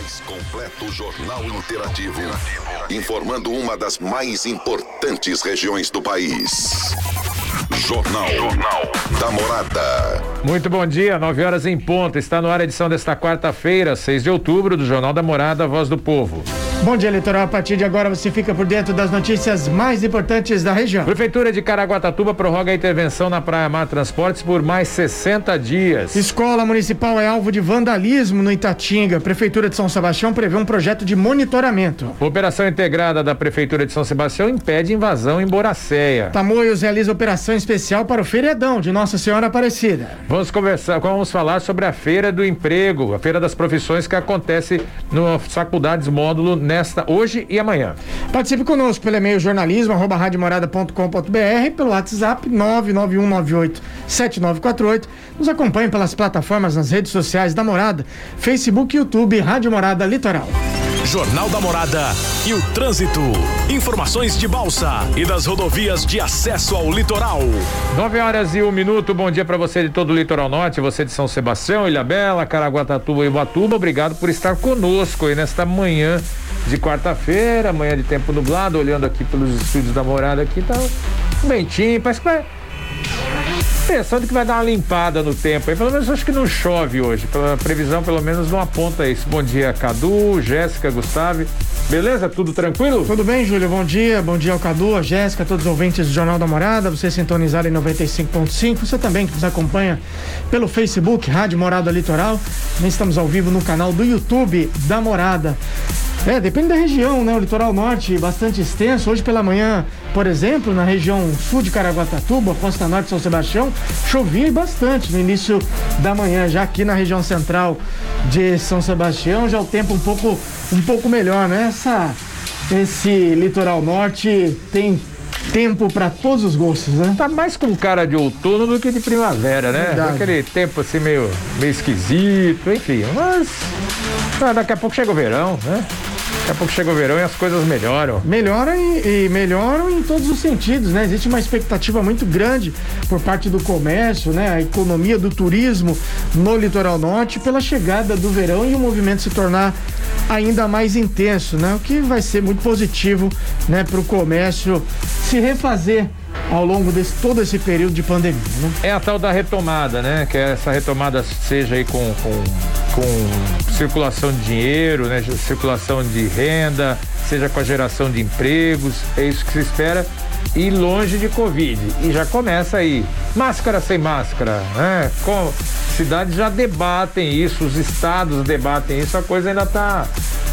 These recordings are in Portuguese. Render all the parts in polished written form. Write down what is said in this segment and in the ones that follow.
mais completo jornal interativo, informando uma das mais importantes regiões do país. Jornal da Morada. Muito bom dia, 9h em ponto. Está no ar a edição desta quarta-feira, 6 de outubro, do Jornal da Morada, Voz do Povo. Bom dia, Litoral. A partir de agora você fica por dentro das notícias mais importantes da região. Prefeitura de Caraguatatuba prorroga a intervenção na Praia Mar Transportes por mais 60 dias. Escola municipal é alvo de vandalismo no Itatinga. Prefeitura de São Sebastião prevê um projeto de monitoramento. Operação integrada da Prefeitura de São Sebastião impede invasão em Boracéia. Tamoios realiza operação especial para o feriadão de Nossa Senhora Aparecida. Vamos falar sobre a Feira do Emprego, a Feira das Profissões que acontece nas faculdades módulo hoje e amanhã. Participe conosco pelo e-mail jornalismo@radiomorada.com.br, pelo WhatsApp 991987948. Nos acompanhe pelas plataformas nas redes sociais da Morada, Facebook e YouTube, Rádio Morada Litoral. Jornal da Morada e o trânsito. Informações de Balsa e das rodovias de acesso ao litoral. 9h01. Bom dia para você de todo o litoral norte, você de São Sebastião, Ilhabela, Caraguatatuba e Ubatuba. Obrigado por estar conosco aí nesta manhã de quarta-feira, manhã de tempo nublado, olhando aqui pelos estúdios da Morada aqui, tá um ventinho, parece que vai pensando que vai dar uma limpada no tempo aí, pelo menos acho que não chove hoje, pela previsão pelo menos não aponta isso. Bom dia, Cadu, Jéssica, Gustavo, beleza? Tudo tranquilo? Tudo bem, Júlio, bom dia ao Cadu, a Jéssica, todos os ouvintes do Jornal da Morada, você sintonizado em 95.5, você também que nos acompanha pelo Facebook, Rádio Morada Litoral, também estamos ao vivo no canal do YouTube da Morada. Depende da região, né? O litoral norte bastante extenso. Hoje pela manhã, por exemplo, na região sul de Caraguatatuba, Costa Norte de São Sebastião, chovia bastante no início da manhã. Já aqui na região central de São Sebastião, já o tempo um pouco melhor, né? Esse litoral norte tem tempo para todos os gostos, né? Tá mais com cara de outono do que de primavera, né? Aquele tempo assim meio esquisito, enfim, mas daqui a pouco chega o verão, né? Daqui a pouco chega o verão e as coisas melhoram. Melhoram em todos os sentidos, né? Existe uma expectativa muito grande por parte do comércio, né? A economia do turismo no litoral norte pela chegada do verão e o movimento se tornar ainda mais intenso, né? O que vai ser muito positivo, né? Para o comércio se refazer ao longo de todo esse período de pandemia, né? É a tal da retomada, né? Que essa retomada seja aí com circulação de dinheiro, né? Circulação de renda, seja com a geração de empregos, é isso que se espera, e longe de Covid. E já começa aí, máscara sem máscara, né? Cidades já debatem isso, os estados debatem isso, a coisa ainda tá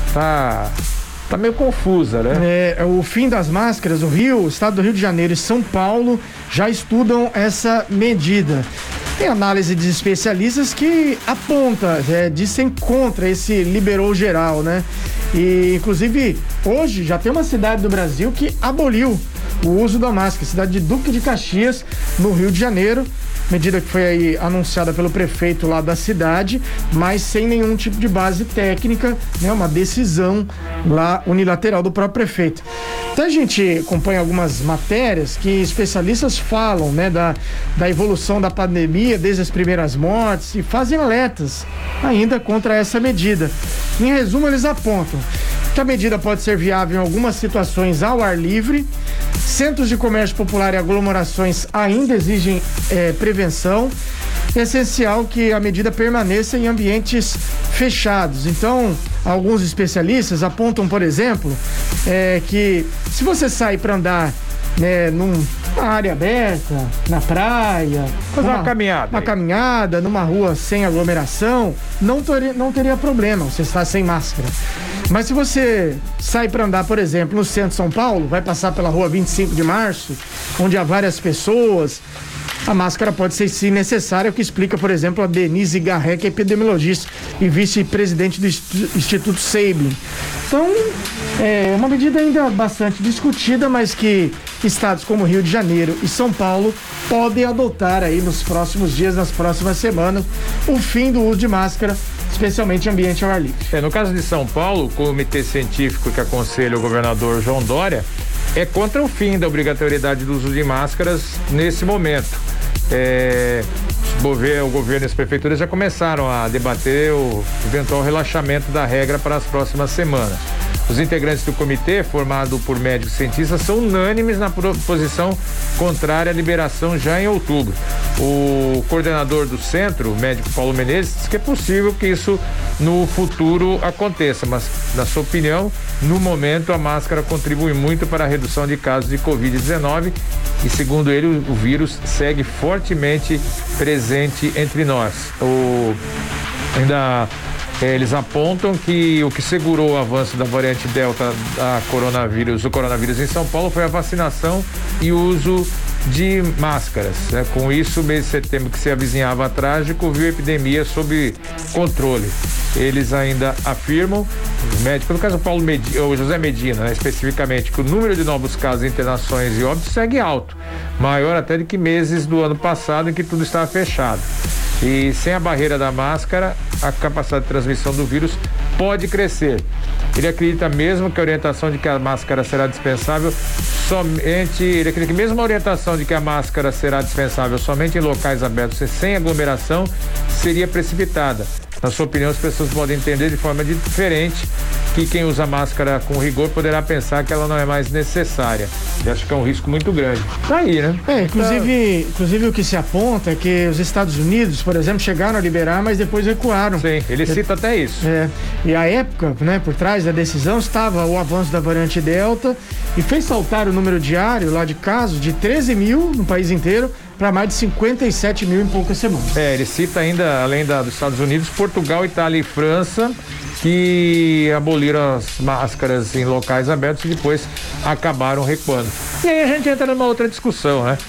meio confusa, né? O fim das máscaras, o estado do Rio de Janeiro e São Paulo já estudam essa medida. Tem análise de especialistas que aponta, dizem contra esse liberou geral, né? E, inclusive, hoje já tem uma cidade do Brasil que aboliu o uso da máscara, cidade de Duque de Caxias, no Rio de Janeiro. Medida que foi aí anunciada pelo prefeito lá da cidade, mas sem nenhum tipo de base técnica, né? Uma decisão lá unilateral do próprio prefeito. Então a gente acompanha algumas matérias que especialistas falam, né, da evolução da pandemia desde as primeiras mortes e fazem alertas ainda contra essa medida. Em resumo, eles apontam que a medida pode ser viável em algumas situações ao ar livre. Centros de comércio popular e aglomerações ainda exigem prevenção. É essencial que a medida permaneça em ambientes fechados. Então, alguns especialistas apontam, por exemplo, que se você sair para andar, né, numa área aberta, na praia, fazer uma caminhada, numa rua sem aglomeração, não teria problema, você está sem máscara. Mas se você sai para andar, por exemplo, no centro de São Paulo, vai passar pela rua 25 de março, onde há várias pessoas, a máscara pode ser sim necessária, o que explica, por exemplo, a Denise Garré, que é epidemiologista e vice-presidente do Instituto Seibling. Então, é uma medida ainda bastante discutida, mas que estados como Rio de Janeiro e São Paulo podem adotar aí nos próximos dias, nas próximas semanas, o fim do uso de máscara, especialmente em ambiente ao ar livre. No caso de São Paulo, o comitê científico que aconselha o governador João Dória é contra o fim da obrigatoriedade do uso de máscaras nesse momento. o governo e as prefeituras já começaram a debater o eventual relaxamento da regra para as próximas semanas. Os integrantes do comitê, formado por médicos e cientistas, são unânimes na posição contrária à liberação já em outubro. O coordenador do centro, o médico Paulo Menezes, diz que é possível que isso no futuro aconteça, mas, na sua opinião, no momento a máscara contribui muito para a redução de casos de Covid-19 e, segundo ele, o vírus segue fortemente presente entre nós. Eles apontam que o que segurou o avanço da variante Delta do coronavírus em São Paulo foi a vacinação e o uso de máscaras. Com isso, o mês de setembro, que se avizinhava trágico, viu a epidemia sob controle. Eles ainda afirmam, os médicos, no caso o José Medina, especificamente, que o número de novos casos, internações e óbitos segue alto, maior até do que meses do ano passado, em que tudo estava fechado. E sem a barreira da máscara, a capacidade de transmissão do vírus pode crescer. Ele acredita mesmo que a orientação de que a máscara será dispensável ele acredita que mesmo a orientação de que a máscara será dispensável somente em locais abertos e sem aglomeração seria precipitada. Na sua opinião, as pessoas podem entender de forma diferente que quem usa máscara com rigor poderá pensar que ela não é mais necessária. Eu acho que é um risco muito grande. Tá aí, né? Inclusive o que se aponta é que os Estados Unidos, por exemplo, chegaram a liberar, mas depois recuaram. Sim, ele cita até isso. E a época, né, por trás da decisão estava o avanço da variante Delta e fez saltar o número diário lá de casos de 13 mil no país inteiro para mais de 57 mil em poucas semanas. Ele cita ainda, além dos Estados Unidos, Portugal, Itália e França, que aboliram as máscaras em locais abertos e depois acabaram recuando. E aí a gente entra numa outra discussão, né?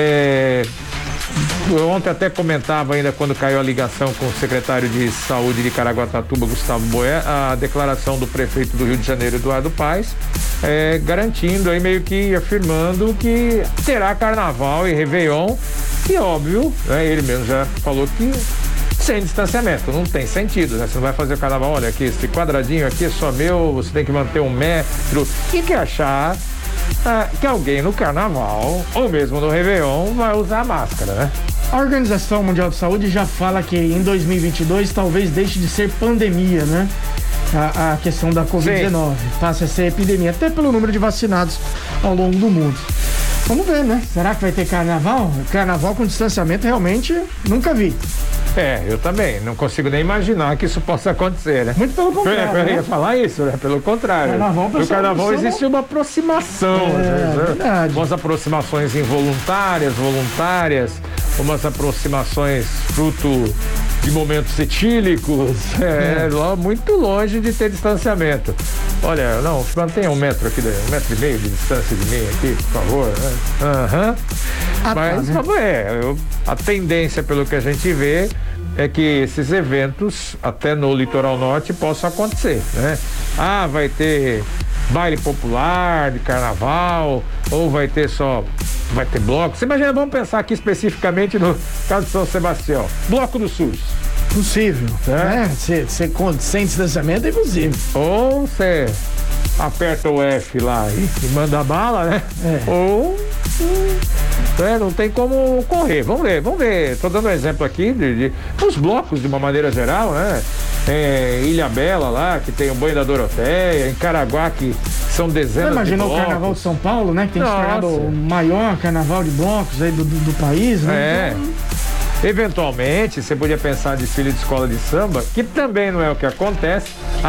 Eu ontem até comentava ainda quando caiu a ligação com o secretário de Saúde de Caraguatatuba, Gustavo Boé, a declaração do prefeito do Rio de Janeiro, Eduardo Paes, garantindo aí, meio que afirmando que terá carnaval e réveillon, e óbvio, né, ele mesmo já falou que sem distanciamento, não tem sentido, né? Você não vai fazer o carnaval, olha aqui, esse quadradinho aqui é só meu, você tem que manter 1 metro, e que achar que alguém no carnaval, ou mesmo no réveillon, vai usar máscara, né? A Organização Mundial de Saúde já fala que em 2022 talvez deixe de ser pandemia, né? A questão da Covid-19 passe a ser epidemia, até pelo número de vacinados ao longo do mundo. Vamos ver, né? Será que vai ter carnaval? Carnaval com distanciamento realmente nunca vi. Eu também. Não consigo nem imaginar que isso possa acontecer, né? Muito pelo contrário. Eu ia falar isso, né? Pelo contrário. No carnaval existe uma aproximação. Verdade. Umas aproximações involuntárias, voluntárias, umas aproximações fruto de momentos etílicos, lá muito longe de ter distanciamento. Olha, não, mantenha 1 metro aqui, 1,5 metro de distância de mim aqui, por favor. Né? Mas a tendência, pelo que a gente vê, é que esses eventos, até no litoral norte, possam acontecer, né? Vai ter baile popular de carnaval, ou vai ter bloco. Você imagina, vamos pensar aqui especificamente no caso de São Sebastião, bloco do SUS. Possível, né? Sem distanciamento é impossível. Ou você aperta o F lá e manda bala, né? Ou não tem como correr. Vamos ver. Tô dando um exemplo aqui dos blocos de uma maneira geral, né? Ilha Bela lá, que tem o banho da Doroteia, em Caraguá, que são dezenas de blocos. Imaginou o Carnaval de São Paulo, né? Que tem se tornado o maior carnaval de blocos aí do país, né? Eventualmente, você podia pensar em desfile de escola de samba, que também não é o que acontece.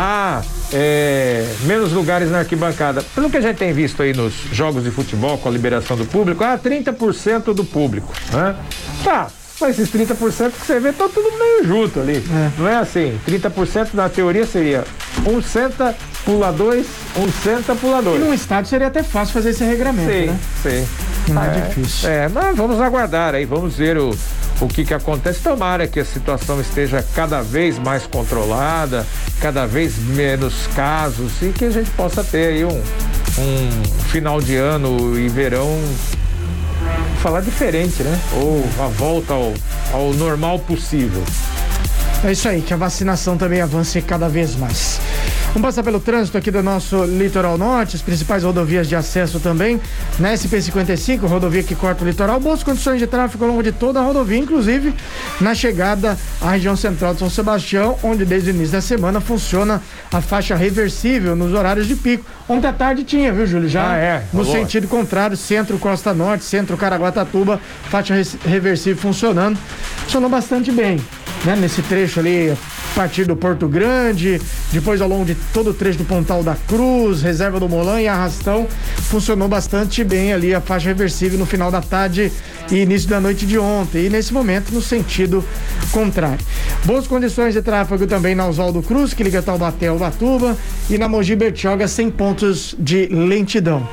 Menos lugares na arquibancada. Pelo que a gente tem visto aí nos jogos de futebol, com a liberação do público, 30% do público, né? Mas esses 30% que você vê, tá tudo meio junto ali. Não é assim? 30% na teoria seria um senta, pula 2, um senta, pula 2. E num estádio seria até fácil fazer esse regramento, né? Sim. Não é difícil. Mas vamos aguardar aí, vamos ver o que acontece. Tomara que a situação esteja cada vez mais controlada, cada vez menos casos, e que a gente possa ter aí um final de ano e verão, falar diferente, né? Ou a volta ao normal possível. É isso aí, que a vacinação também avance cada vez mais. Vamos passar pelo trânsito aqui do nosso litoral norte, as principais rodovias de acesso também. Na SP-55, rodovia que corta o litoral, boas condições de tráfego ao longo de toda a rodovia, inclusive na chegada à região central de São Sebastião, onde desde o início da semana funciona a faixa reversível nos horários de pico. Ontem à tarde tinha, viu, Júlio? Já no sentido contrário, centro Costa Norte, centro Caraguatatuba, faixa reversível funcionando. Funcionou bastante bem, né? Nesse trecho ali, a partir do Porto Grande, depois ao longo de todo o trecho do Pontal da Cruz, Reserva do Molã e Arrastão, funcionou bastante bem ali a faixa reversível no final da tarde e início da noite de ontem, e nesse momento no sentido contrário. Boas condições de tráfego também na Oswaldo Cruz, que liga Taubaté ao Ubatuba, e na Mogi Bertioga, sem pontos de lentidão.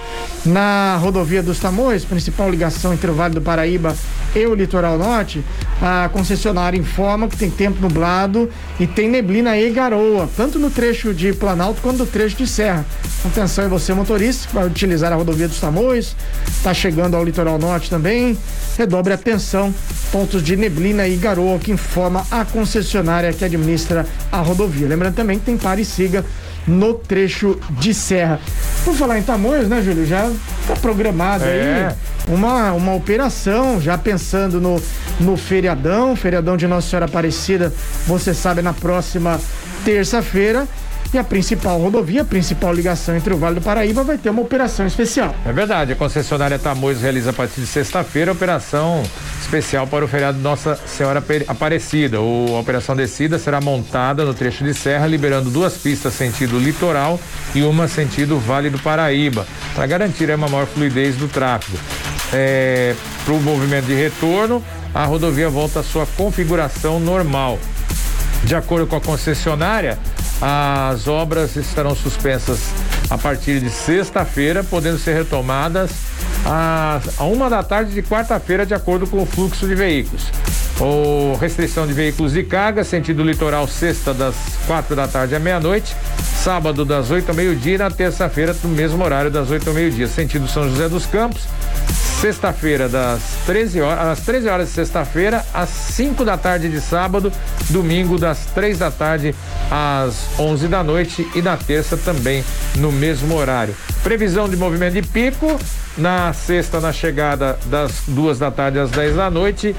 Na rodovia dos Tamoios, principal ligação entre o Vale do Paraíba e o Litoral Norte, a concessionária informa que tem tempo nublado e tem neblina e garoa, tanto no trecho de Planalto quanto no trecho de Serra. Atenção aí você, motorista, que vai utilizar a rodovia dos Tamoios, está chegando ao Litoral Norte também, redobre a atenção, pontos de neblina e garoa, que informa a concessionária que administra a rodovia. Lembrando também que tem pare e siga no trecho de Serra. Por falar em Tamoios, né, Júlio? Já está programado aí uma operação, já pensando no feriadão de Nossa Senhora Aparecida, você sabe, na próxima terça-feira. E a principal rodovia, a principal ligação entre o Vale do Paraíba, vai ter uma operação especial. É verdade, a concessionária Tamoios realiza a partir de sexta-feira a operação especial para o feriado Nossa Senhora Aparecida. A operação descida será montada no trecho de serra, liberando 2 pistas sentido litoral e uma sentido Vale do Paraíba, para garantir uma maior fluidez do tráfego. Para o movimento de retorno, a rodovia volta à sua configuração normal. De acordo com a concessionária, as obras estarão suspensas a partir de sexta-feira, podendo ser retomadas a 1 da tarde de quarta-feira, de acordo com o fluxo de veículos. Restrição de veículos de carga, sentido litoral, sexta das 4 da tarde à meia-noite, sábado das 8 ao meio-dia e na terça-feira no mesmo horário das 8 ao meio-dia, sentido São José dos Campos, sexta-feira às 13 horas de sexta-feira, às 5 da tarde de sábado, domingo das 3 da tarde às 11 da noite e na terça também no mesmo horário. Previsão de movimento de pico na sexta, na chegada das 2 da tarde às 10 da noite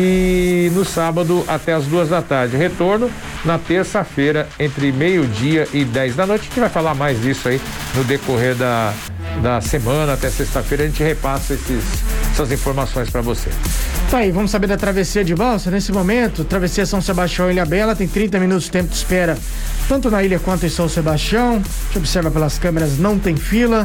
e no sábado até as 2 da tarde. Retorno na terça-feira entre meio-dia e 10 da noite. A gente vai falar mais disso aí no decorrer da semana até sexta-feira. A gente repassa essas informações para você. Tá aí, vamos saber da travessia de balsa. Nesse momento, travessia São Sebastião e Ilhabela tem 30 minutos de tempo de espera, tanto na ilha quanto em São Sebastião. A gente observa pelas câmeras, não tem fila.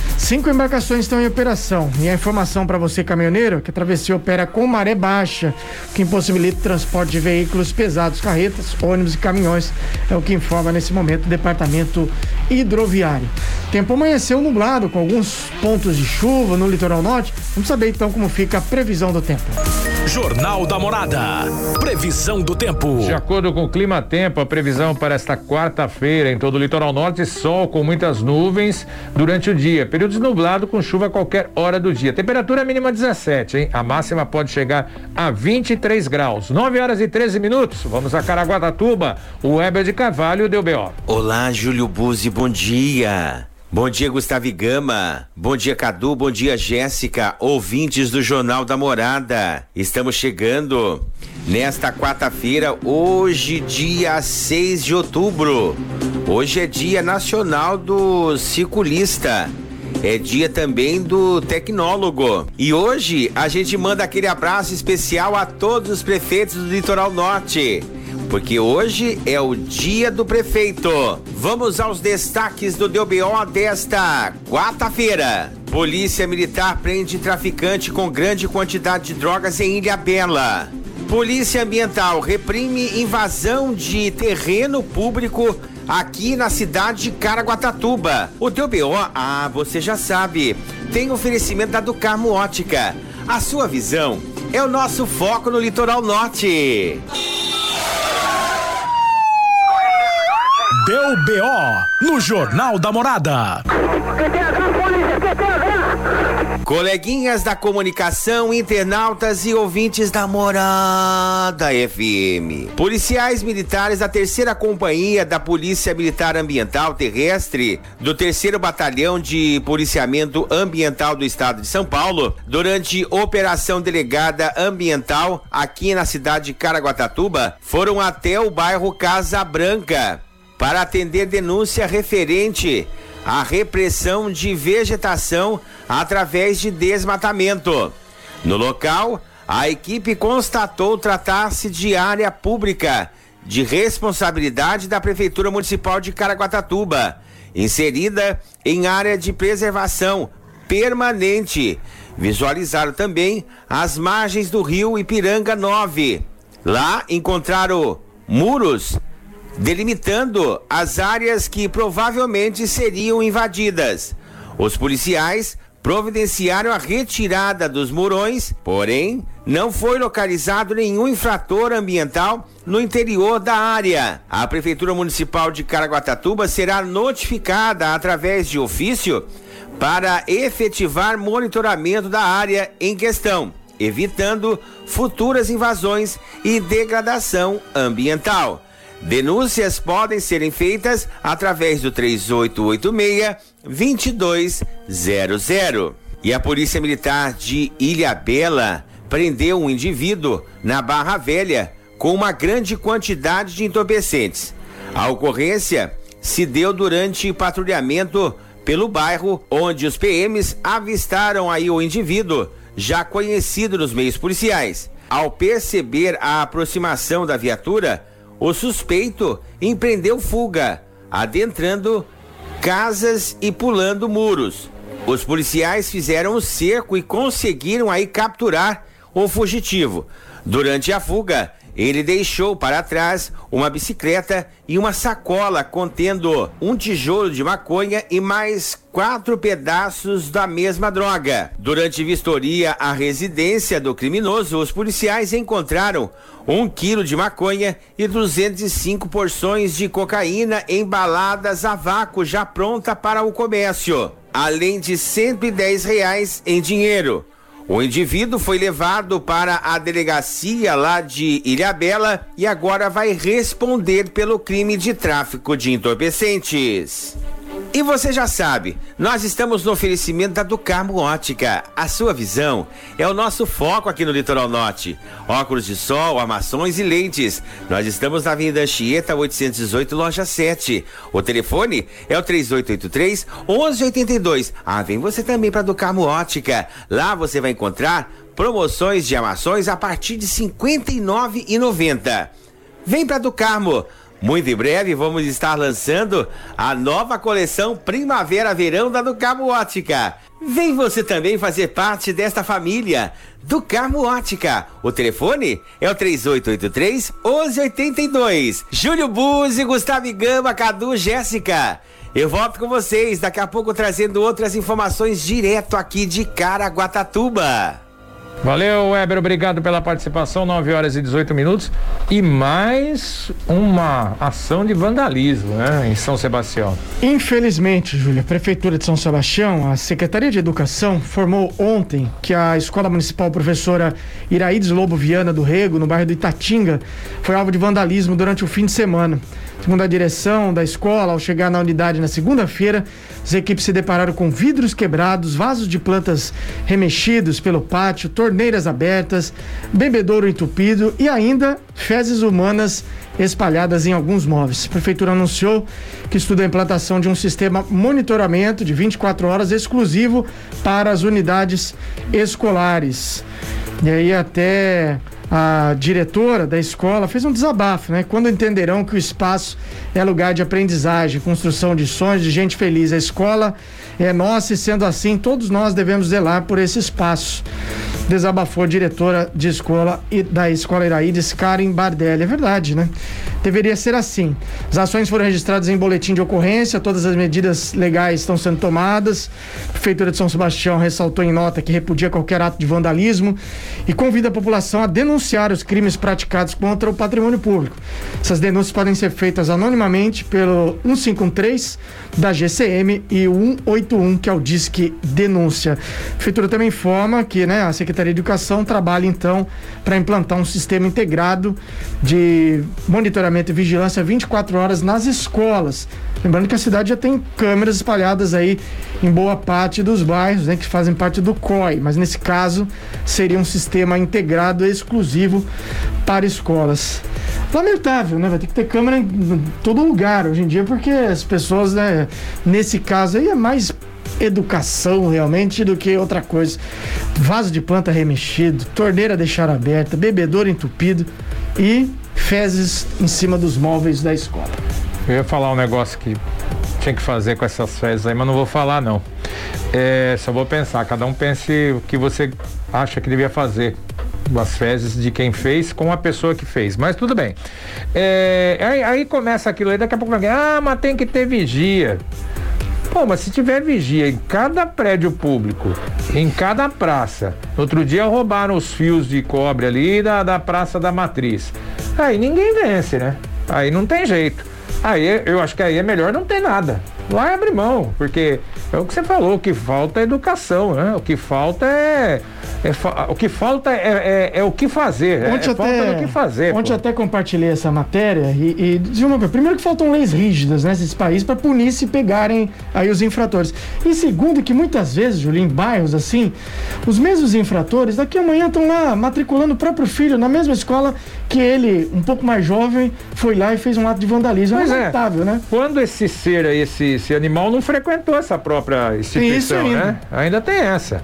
5 embarcações estão em operação. E a informação para você, caminhoneiro, que a travessia opera com maré baixa, o que impossibilita o transporte de veículos pesados, carretas, ônibus e caminhões. É o que informa nesse momento o Departamento Hidroviário. O tempo amanheceu nublado, com alguns pontos de chuva no litoral norte. Vamos saber então como fica a previsão do tempo. Jornal da Morada. Previsão do tempo. De acordo com o Clima Tempo, a previsão para esta quarta-feira em todo o litoral norte, sol com muitas nuvens durante o dia. Períodos nublado com chuva a qualquer hora do dia. Temperatura mínima 17, hein? A máxima pode chegar a 23 graus. 9 horas e 13 minutos. Vamos a Caraguatatuba. O Weber de Carvalho deu B.O. Olá, Júlio Buzzi, bom dia. Bom dia, Gustavo Gama. Bom dia, Cadu. Bom dia, Jéssica. Ouvintes do Jornal da Morada. Estamos chegando nesta quarta-feira, hoje, dia 6 de outubro. Hoje é dia nacional do ciclista. É dia também do tecnólogo. E hoje a gente manda aquele abraço especial a todos os prefeitos do Litoral Norte, porque hoje é o dia do prefeito. Vamos aos destaques do DBO desta quarta-feira. Polícia Militar prende traficante com grande quantidade de drogas em Ilhabela. Polícia Ambiental reprime invasão de terreno público aqui na cidade de Caraguatatuba. O DBO, você já sabe, tem oferecimento da do Carmo Ótica. A sua visão é o nosso foco no Litoral Norte. Deu B.O. no Jornal da Morada. Coleguinhas da comunicação, internautas e ouvintes da Morada FM. Policiais militares da 3ª Companhia da Polícia Militar Ambiental Terrestre do 3º Batalhão de Policiamento Ambiental do Estado de São Paulo, durante Operação Delegada Ambiental aqui na cidade de Caraguatatuba, foram até o bairro Casa Branca para atender denúncia referente à repressão de vegetação através de desmatamento. No local, a equipe constatou tratar-se de área pública de responsabilidade da Prefeitura Municipal de Caraguatatuba, inserida em área de preservação permanente. Visualizaram também as margens do rio Ipiranga 9. Lá encontraram muros delimitando as áreas que provavelmente seriam invadidas. Os policiais providenciaram a retirada dos murões, porém não foi localizado nenhum infrator ambiental no interior da área. A Prefeitura Municipal de Caraguatatuba será notificada através de ofício para efetivar monitoramento da área em questão, evitando futuras invasões e degradação ambiental. Denúncias podem serem feitas através do 3886-2200. E a Polícia Militar de Ilhabela prendeu um indivíduo na Barra Velha com uma grande quantidade de entorpecentes. A ocorrência se deu durante patrulhamento pelo bairro, onde os PMs avistaram aí o indivíduo, já conhecido nos meios policiais. Ao perceber a aproximação da viatura, o suspeito empreendeu fuga, adentrando casas e pulando muros. Os policiais fizeram um cerco e conseguiram aí capturar o fugitivo. Durante a fuga, ele deixou para trás uma bicicleta e uma sacola contendo um tijolo de maconha e mais 4 pedaços da mesma droga. Durante vistoria à residência do criminoso, os policiais encontraram 1 quilo de maconha e 205 porções de cocaína embaladas a vácuo, já pronta para o comércio, além de R$110 em dinheiro. O indivíduo foi levado para a delegacia lá de Ilhabela e agora vai responder pelo crime de tráfico de entorpecentes. E você já sabe, nós estamos no oferecimento da Ducarmo Ótica. A sua visão é o nosso foco aqui no Litoral Norte. Óculos de sol, armações e lentes. Nós estamos na Avenida Anchieta 818, loja 7. O telefone é o 3883-1182. Vem você também para Ducarmo Ótica. Lá você vai encontrar promoções de armações a partir de R$ 59,90. Vem para Ducarmo. Muito em breve vamos estar lançando a nova coleção Primavera-Verão da Ducarmo Ótica. Vem você também fazer parte desta família. Ducarmo Ótica. O telefone é o 3883-1182. Júlio Buzzi, Gustavo Gama, Cadu, Jéssica. Eu volto com vocês daqui a pouco trazendo outras informações direto aqui de Caraguatatuba. Valeu, Weber, obrigado pela participação, 9h18. E mais uma ação de vandalismo, né, em São Sebastião. Infelizmente, Júlia, a Prefeitura de São Sebastião, a Secretaria de Educação, informou ontem que a Escola Municipal Professora Iraides Lobo Viana do Rego, no bairro do Itatinga, foi alvo de vandalismo durante o fim de semana. Segundo a direção da escola, ao chegar na unidade na segunda-feira, as equipes se depararam com vidros quebrados, vasos de plantas remexidos pelo pátio, torneiras abertas, bebedouro entupido e ainda fezes humanas espalhadas em alguns móveis. A Prefeitura anunciou que estuda a implantação de um sistema monitoramento de 24 horas exclusivo para as unidades escolares. E aí até a diretora da escola fez um desabafo, né? Quando entenderão que o espaço é lugar de aprendizagem, construção de sonhos, de gente feliz. A escola é nossa e, sendo assim, todos nós devemos zelar por esse espaço. Desabafou a diretora de escola e da Escola Iraides, Karen Bardelli. É verdade, né? deveria ser assim. As ações foram registradas em boletim de ocorrência, todas as medidas legais estão sendo tomadas. A Prefeitura de São Sebastião ressaltou em nota que repudia qualquer ato de vandalismo e convida a população a denunciar os crimes praticados contra o patrimônio público. Essas denúncias podem ser feitas anonimamente pelo 1513 da GCM e o 181, que é o Disque Denúncia. A Prefeitura também informa que, né, a Secretaria de Educação trabalha então para implantar um sistema integrado de monitoramento e vigilância 24 horas nas escolas. Lembrando que a cidade já tem câmeras espalhadas aí em boa parte dos bairros, né, que fazem parte do COI, mas nesse caso seria um sistema integrado exclusivo para escolas. Lamentável, né? Vai ter que ter câmera em todo lugar hoje em dia, porque as pessoas, né, nesse caso aí é mais educação realmente do que outra coisa. Vaso de planta remexido, torneira deixar aberta, bebedouro entupido e fezes em cima dos móveis da escola. Eu ia falar um negócio que tinha que fazer com essas fezes aí, mas não vou falar não. Só vou pensar, cada um pense o que você acha que devia fazer. As fezes de quem fez com a pessoa que fez, mas tudo bem. Aí começa aquilo aí, daqui a pouco vai mas tem que ter vigia. Pô, mas se tiver vigia em cada prédio público, em cada praça, outro dia roubaram os fios de cobre ali da Praça da Matriz, aí ninguém vence, né? Aí não tem jeito. Aí eu acho que aí é melhor não ter nada. Lá abre mão, porque é o que você falou, o que falta é educação, né? O que falta é o que fazer. Falta do que fazer. Ontem até compartilhei essa matéria e dizia uma coisa. Primeiro que faltam leis rígidas nesses países para punir se pegarem aí os infratores. E segundo que muitas vezes, Julinho, em bairros assim, os mesmos infratores daqui a amanhã estão lá matriculando o próprio filho na mesma escola que ele, um pouco mais jovem, foi lá e fez um ato de vandalismo. É lamentável, né? Quando esse ser aí, esse animal não frequentou essa própria instituição, né? Ainda tem essa.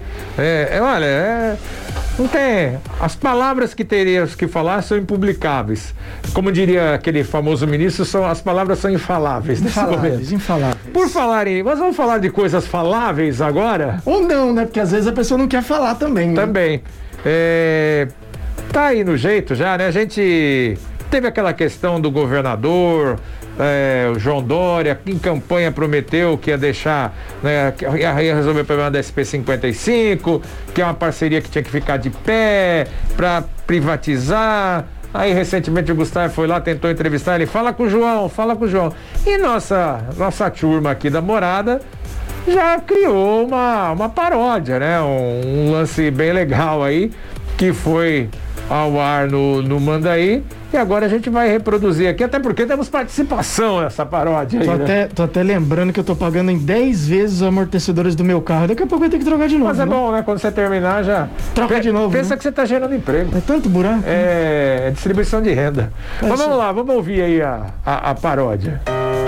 Não tem. As palavras que teriam que falar são impublicáveis. Como diria aquele famoso ministro, as palavras são infaláveis. Infaláveis. Por falarem, nós vamos falar de coisas faláveis agora? Ou não, né? Porque às vezes a pessoa não quer falar também. Né? Também. Tá aí no jeito já, né? A gente teve aquela questão do governador, o João Dória, em campanha prometeu que ia deixar, né, ia resolver o problema da SP55, que é uma parceria que tinha que ficar de pé para privatizar. Aí recentemente o Gustavo foi lá, tentou entrevistar ele, fala com o João. E nossa turma aqui da Morada já criou uma paródia, né? Um lance bem legal aí, que foi ao ar no Mandaí, e agora a gente vai reproduzir aqui, até porque temos participação nessa paródia aí, tô até lembrando que eu tô pagando em 10 vezes os amortecedores do meu carro, daqui a pouco vai ter que trocar de novo. Mas é bom, né? Quando você terminar já troca de novo. Pensa, né? Que você tá gerando emprego. É tanto buraco. É distribuição de renda. Mas vamos lá, vamos ouvir aí a paródia.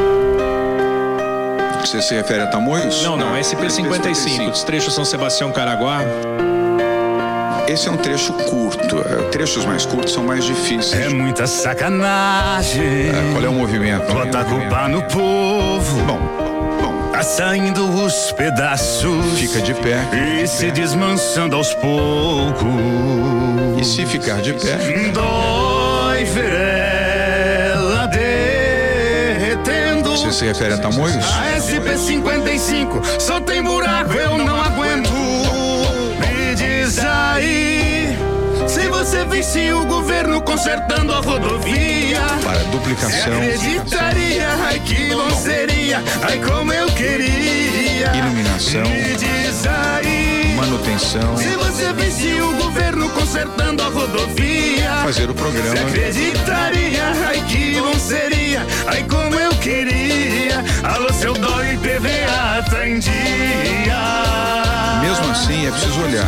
Você se refere a Tamoios? Não, é SP55, dos trechos São Sebastião Caraguá. Esse é um trecho curto. Trechos mais curtos são mais difíceis. É muita sacanagem. Qual é o movimento? Bota a culpa no povo. Bom. Tá saindo os pedaços. Fica de pé. E se desmanchando aos poucos. E se ficar de pé? Dói ver ela derretendo. Você se refere a Tamoios? A SP55 só tem buraco, eu não aguento. Me diz aí, se você visse o governo consertando a rodovia, para duplicação, acreditaria, ai que bom seria, ai como eu queria. Iluminação, me diz aí, manutenção, se você visse o governo consertando a rodovia, fazer o programa, acreditaria, ai que bom seria, ai como eu queria. Alô, seu dó e PVA tá em dia. Mesmo assim é preciso olhar.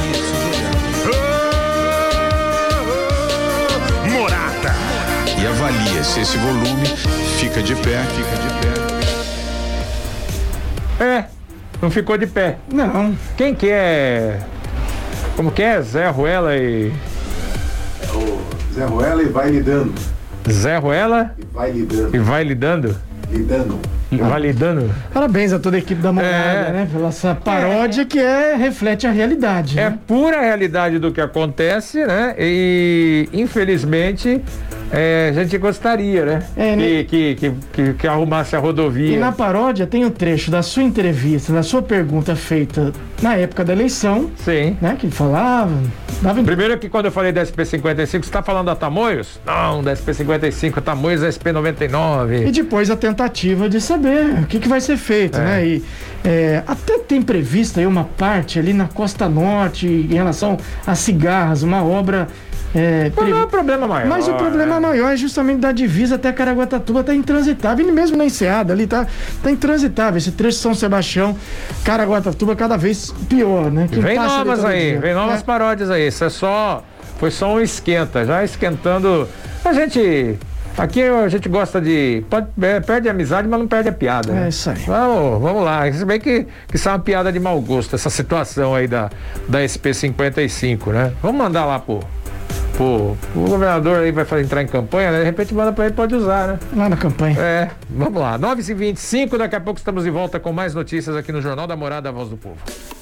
Morada. E avalia se esse volume fica de pé. Não ficou de pé. Não. Quem que é? Como que é? Zé Ruela e... Zé Ruela e vai lidando. Zé Ruela e vai lidando. E vai lidando? Vai lidando. Parabéns a toda a equipe da Morada, né? Pela essa paródia que reflete a realidade. É né? pura realidade do que acontece, né? E infelizmente a gente gostaria, né? Que arrumasse a rodovia. E na paródia tem o trecho da sua entrevista, da sua pergunta feita na época da eleição. Sim. Né? Que ele falava. Primeiro que quando eu falei da SP-55, você está falando da Tamoios? Não, da SP-55, Tamoios é SP-99. E depois a tentativa de saber o que vai ser feito, né? E até tem previsto aí uma parte ali na Costa Norte em relação a cigarras, uma obra. Não é o problema maior. Mas o problema maior é justamente da divisa até Caraguatatuba, tá intransitável. E mesmo na Enseada ali, tá intransitável. Esse trecho de São Sebastião, Caraguatatuba, cada vez pior, né? Vem novas aí, vem novas paródias aí. Isso foi só um esquenta, já esquentando. Aqui a gente gosta perde a amizade, mas não perde a piada. É isso aí. Vamos lá. Se bem que isso é uma piada de mau gosto, essa situação aí da SP-55, né? Vamos mandar lá o governador aí vai entrar em campanha, né? De repente manda pra ele, pode usar, né? Lá na campanha. Vamos lá. 9h25, daqui a pouco estamos de volta com mais notícias aqui no Jornal da Morada, a Voz do Povo.